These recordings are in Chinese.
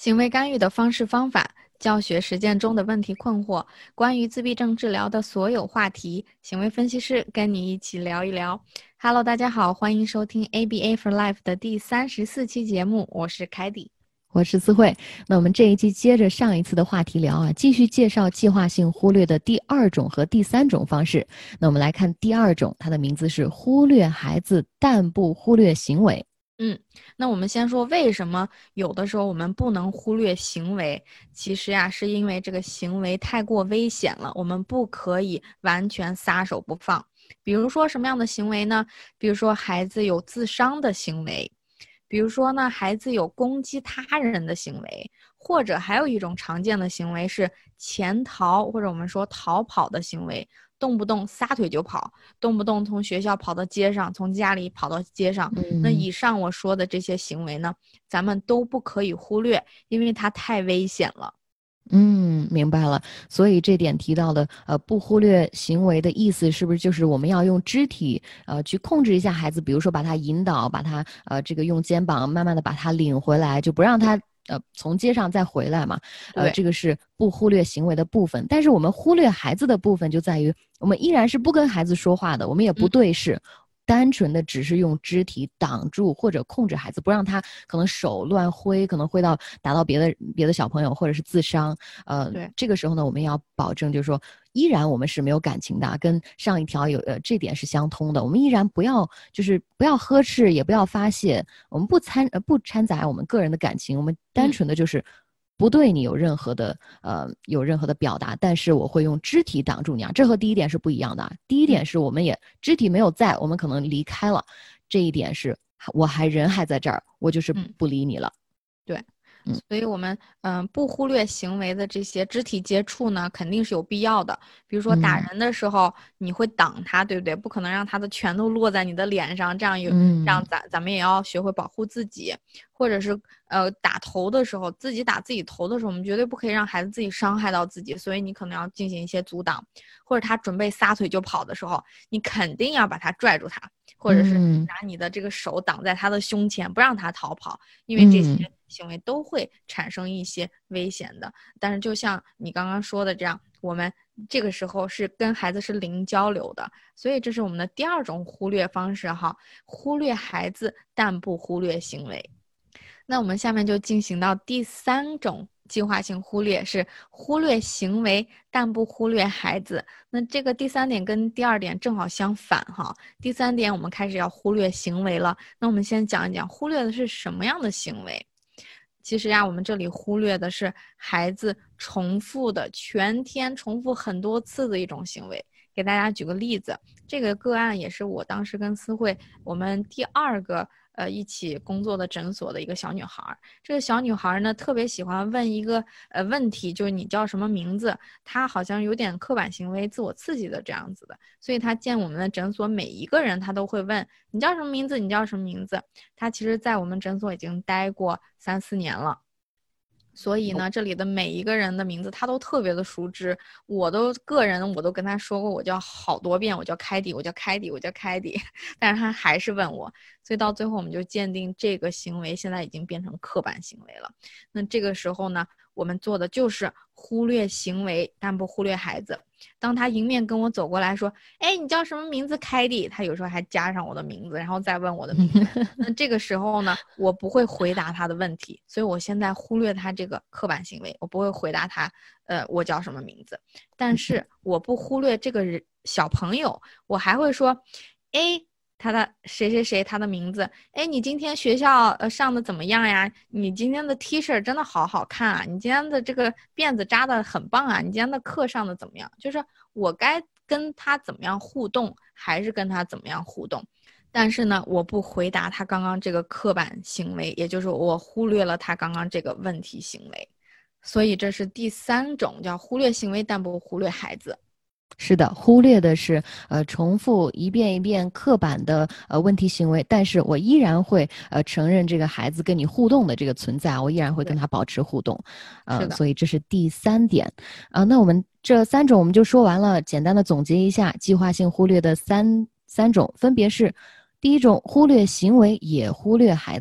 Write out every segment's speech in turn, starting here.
行为干预的方式方法、教学实践中的问题困惑，关于自闭症治疗的所有话题，行为分析师跟你一起聊一聊。Hello，大家好，欢迎收听 ABA for Life 的第34期节目，我是凯蒂。 我是思慧。那我们这一期接着上一次的话题聊啊，继续介绍计划性忽略的第二种和第三种方式。那我们来看第二种，它的名字是忽略孩子但不忽略行为。 那我们先说为什么有的时候我们不能忽略行为，其实呀，是因为这个行为太过危险了，我们不可以完全撒手不放。比如说什么样的行为呢？比如说孩子有自伤的行为，比如说呢，孩子有攻击他人的行为，或者还有一种常见的行为是潜逃，或者我们说逃跑的行为，动不动撒腿就跑，动不动从学校跑到街上，从家里跑到街上。那以上我说的这些行为呢，咱们都不可以忽略，因为它太危险了。 明白了。所以这点提到的，不忽略行为的意思，是不是就是我们要用肢体，去控制一下孩子，比如说把他引导，把他，这个用肩膀慢慢的把他领回来，就不让他，从街上再回来嘛。 对， 这个是不忽略行为的部分。但是我们忽略孩子的部分就在于，我们依然是不跟孩子说话的，我们也不对视。单纯的只是用肢体挡住或者控制孩子，不让他可能手乱挥，可能会打到别的小朋友，或者是自伤。 对， 这个时候呢，我们要保证就是说，依然我们是没有感情的，跟上一条这点是相通的。我们依然不要呵斥，也不要发泄，我们不掺杂我们个人的感情，我们单纯的就是不对你有任何的表达，但是我会用肢体挡住你啊，这和第一点是不一样的啊。第一点是我们也肢体没有在，我们可能离开了，这一点是人还在这儿，我就是不理你了。 对。所以我们不忽略行为的这些肢体接触呢，肯定是有必要的。比如说打人的时候，你会挡他，对不对？不可能让他的拳头落在你的脸上，这样让咱们也要学会保护自己。或者是打头的时候，自己打自己头的时候，我们绝对不可以让孩子自己伤害到自己，所以你可能要进行一些阻挡。或者他准备撒腿就跑的时候，你肯定要把他拽住他，或者是拿你的这个手挡在他的胸前，不让他逃跑，因为这些行为都会产生一些危险的。但是就像你刚刚说的这样，我们这个时候是跟孩子是零交流的，所以这是我们的第二种忽略方式哈，忽略孩子但不忽略行为。那我们下面就进行到第三种计划性忽略，是忽略行为但不忽略孩子。那这个第三点跟第二点正好相反哈。第三点我们开始要忽略行为了，那我们先讲一讲忽略的是什么样的行为。其实呀，我们这里忽略的是孩子重复的全天重复很多次的一种行为。给大家举个例子，这个个案也是我当时跟思慧我们第二个一起工作的诊所的一个小女孩。这个小女孩呢特别喜欢问一个问题，就是你叫什么名字？她好像有点刻板行为、自我刺激的这样子的，所以她见我们的诊所每一个人，她都会问你叫什么名字？你叫什么名字？她其实在我们诊所已经待过3、4年了。所以呢，这里的每一个人的名字他都特别的熟知，我都跟他说过，我叫好多遍，我叫凯蒂，我叫凯蒂，我叫凯蒂，但是他还是问我，所以到最后我们就鉴定这个行为现在已经变成刻板行为了。那这个时候呢，我们做的就是忽略行为，但不忽略孩子。当他迎面跟我走过来说，哎，你叫什么名字？凯蒂，他有时候还加上我的名字，然后再问我的名字。那这个时候呢，我不会回答他的问题，所以我现在忽略他这个刻板行为，我不会回答他，我叫什么名字。但是我不忽略这个人小朋友，我还会说，哎，他的谁谁谁他的名字，哎，你今天学校上的怎么样呀？你今天的 T 恤真的好好看啊！你今天的这个辫子扎的很棒啊！你今天的课上的怎么样？就是我该跟他怎么样互动，还是跟他怎么样互动？但是呢，我不回答他刚刚这个刻板行为，也就是我忽略了他刚刚这个问题行为，所以这是第三种叫忽略行为，但不忽略孩子。 是的，忽略的是重复一遍一遍刻板的问题行为，但是我依然会承认这个孩子跟你互动的这个存在，我依然会跟他保持互动。所以这是第三点。那我们这三种我们就说完了，简单的总结一下，计划性忽略的三种分别是：第一种，忽略行为也忽略孩子；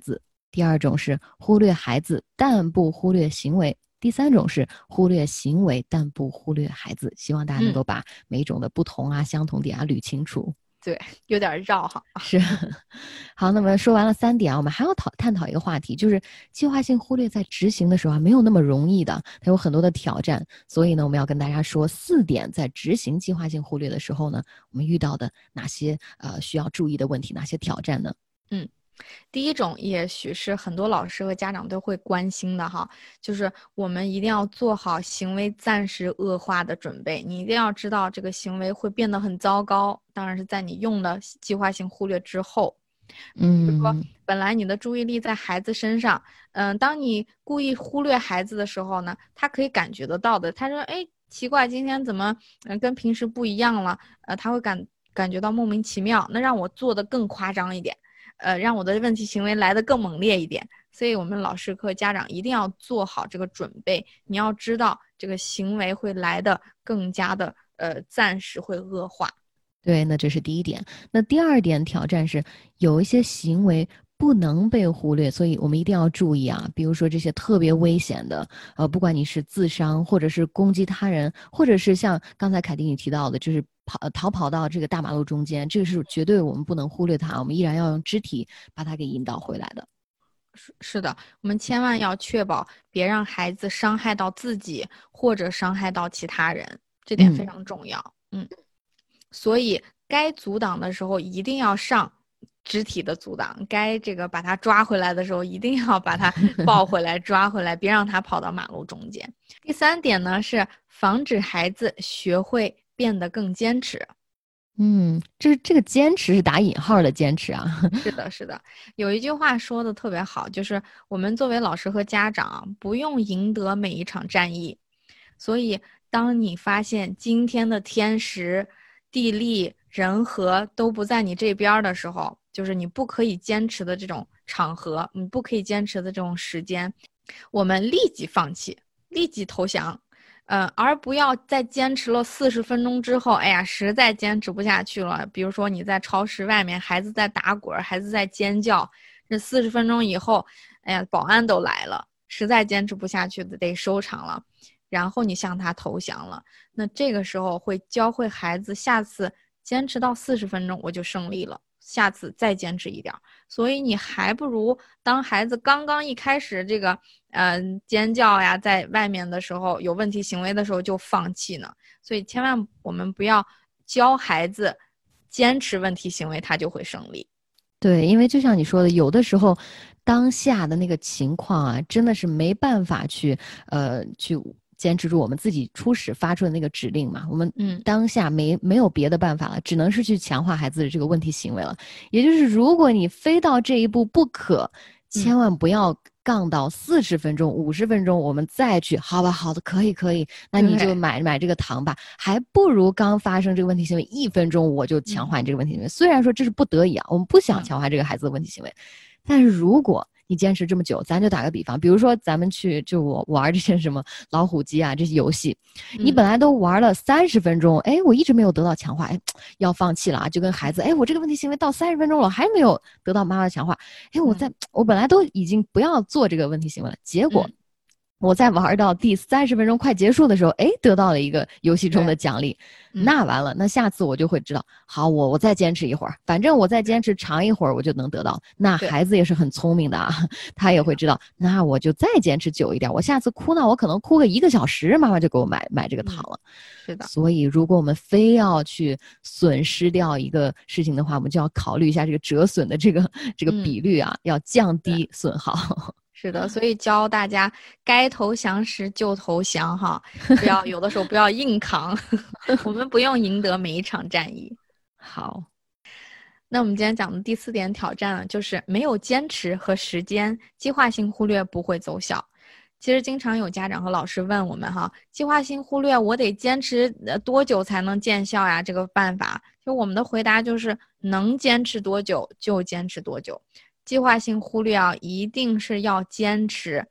第二种是忽略孩子但不忽略行为，第三种是忽略行为但不忽略孩子。希望大家能够把每一种的不同啊、相同点啊捋清楚。 对，有点绕哈。 是，好，那么说完了3点啊，我们还要探讨一个话题，就是计划性忽略在执行的时候啊，没有那么容易的，它有很多的挑战。所以呢，我们要跟大家说4点，在执行计划性忽略的时候呢，我们遇到的哪些需要注意的问题，哪些挑战呢？ 第一种也许是很多老师和家长都会关心的哈，就是我们一定要做好行为暂时恶化的准备。你一定要知道这个行为会变得很糟糕，当然是在你用了计划性忽略之后。比如说，本来你的注意力在孩子身上，当你故意忽略孩子的时候呢，他可以感觉得到的。他说：“哎，奇怪，今天怎么跟平时不一样了？”他会感觉到莫名其妙，那让我做的更夸张一点。让我的问题行为来得更猛烈一点，所以我们老师和家长一定要做好这个准备。你要知道，这个行为会来得更加的暂时会恶化。 对，那这是第一点。那第二点挑战是，有一些行为不能被忽略，所以我们一定要注意啊。比如说这些特别危险的，不管你是自伤，或者是攻击他人，或者是像刚才凯蒂你提到的，就是逃跑到这个大马路中间，这个是绝对我们不能忽略它，我们依然要用肢体把它给引导回来的。 是的，我们千万要确保别让孩子伤害到自己或者伤害到其他人，这点非常重要。所以该阻挡的时候一定要上肢体的阻挡，该这个把他抓回来的时候一定要把他抱回来抓回来，别让他跑到马路中间。第三点呢是防止孩子学会变得更坚持。 这个坚持是打引号的坚持啊。 是的，是的，有一句话说的特别好，就是我们作为老师和家长，不用赢得每一场战役。所以，当你发现今天的天时、地利、人和都不在你这边的时候，就是你不可以坚持的这种场合，你不可以坚持的这种时间，我们立即放弃，立即投降。而不要在坚持了40分钟之后，哎呀，实在坚持不下去了。比如说你在超市外面，孩子在打滚，孩子在尖叫，这40分钟以后，哎呀，保安都来了，实在坚持不下去的得收场了，然后你向他投降了，那这个时候会教会孩子，下次坚持到40分钟我就胜利了，下次再坚持一点。所以你还不如当孩子刚刚一开始这个尖叫呀，在外面的时候有问题行为的时候就放弃呢。所以千万我们不要教孩子坚持问题行为，他就会胜利。 对，因为就像你说的，有的时候当下的那个情况啊，真的是没办法去坚持住我们自己初始发出的那个指令嘛。我们当下没有别的办法了，只能是去强化孩子的这个问题行为了。也就是如果你非到这一步不可，千万不要杠到40分钟、50分钟，我们再去。好吧，好的，可以，那你就买这个糖吧。还不如刚发生这个问题行为1分钟，我就强化你这个问题行为。虽然说这是不得已啊，我们不想强化这个孩子的问题行为，但是如果你坚持这么久，咱就打个比方，比如说咱们去我玩这些什么老虎机啊这些游戏，你本来都玩了30分钟，哎，我一直没有得到强化，哎，要放弃了啊，就跟孩子，哎，我这个问题行为到30分钟了，还没有得到妈妈的强化，哎，我本来都已经不要做这个问题行为了，结果我在玩到第30分钟快结束的时候，哎，得到了一个游戏中的奖励，那完了，那下次我就会知道，好，我再坚持一会儿，反正我再坚持长一会儿，我就能得到。那孩子也是很聪明的啊，他也会知道，那我就再坚持久一点，我下次哭闹，我可能哭个1个小时，妈妈就给我买这个糖了。 是的， 所以如果我们非要去损失掉一个事情的话，我们就要考虑一下这个折损的这个比率啊，要降低损耗。 是的，所以教大家该投降时就投降哈，不要有的时候不要硬扛，我们不用赢得每一场战役。 好， 那我们今天讲的第4点挑战呢，就是没有坚持和时间，计划性忽略不会奏效。其实经常有家长和老师问我们哈，计划性忽略我得坚持多久才能见效呀？这个办法，就我们的回答就是能坚持多久就坚持多久。计划性忽略啊，一定是要坚持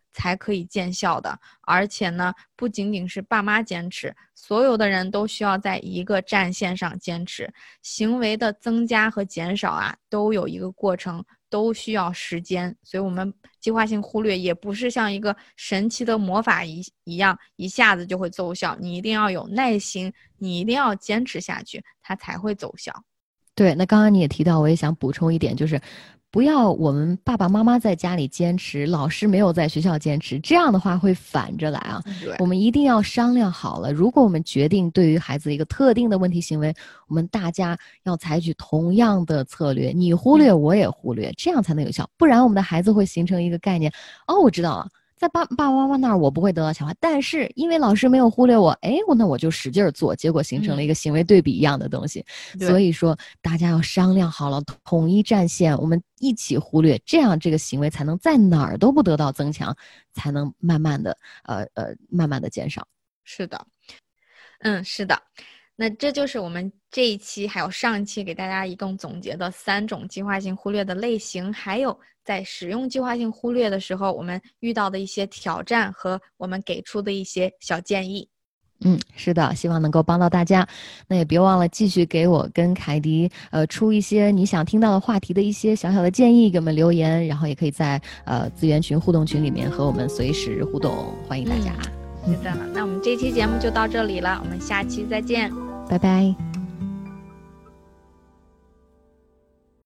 才可以见效的。而且呢，不仅仅是爸妈坚持，所有的人都需要在一个战线上坚持。行为的增加和减少啊，都有一个过程，都需要时间。所以我们计划性忽略也不是像一个神奇的魔法一样一下子就会奏效，你一定要有耐心，你一定要坚持下去，它才会奏效。 对，那刚刚你也提到，我也想补充一点，就是不要我们爸爸妈妈在家里坚持，老师没有在学校坚持，这样的话会反着来啊。我们一定要商量好了，如果我们决定对于孩子一个特定的问题行为，我们大家要采取同样的策略，你忽略我也忽略，这样才能有效。不然我们的孩子会形成一个概念，哦，我知道了。在爸爸妈妈那儿，我不会得到强化，但是因为老师没有忽略我，那我就使劲做，结果形成了一个行为对比一样的东西。所以说，大家要商量好了，统一战线，我们一起忽略，这样这个行为才能在哪儿都不得到增强，才能慢慢的减少。 是的，是的。那这就是我们这一期还有上一期给大家一共总结的3种计划性忽略的类型，还有在使用计划性忽略的时候，我们遇到的一些挑战和我们给出的一些小建议。 是的，希望能够帮到大家。那也别忘了继续给我跟凯迪出一些你想听到的话题的一些小小的建议，给我们留言，然后也可以在资源群互动群里面和我们随时互动，欢迎大家。 是的，那我们这期节目就到这里了，我们下期再见， 拜拜。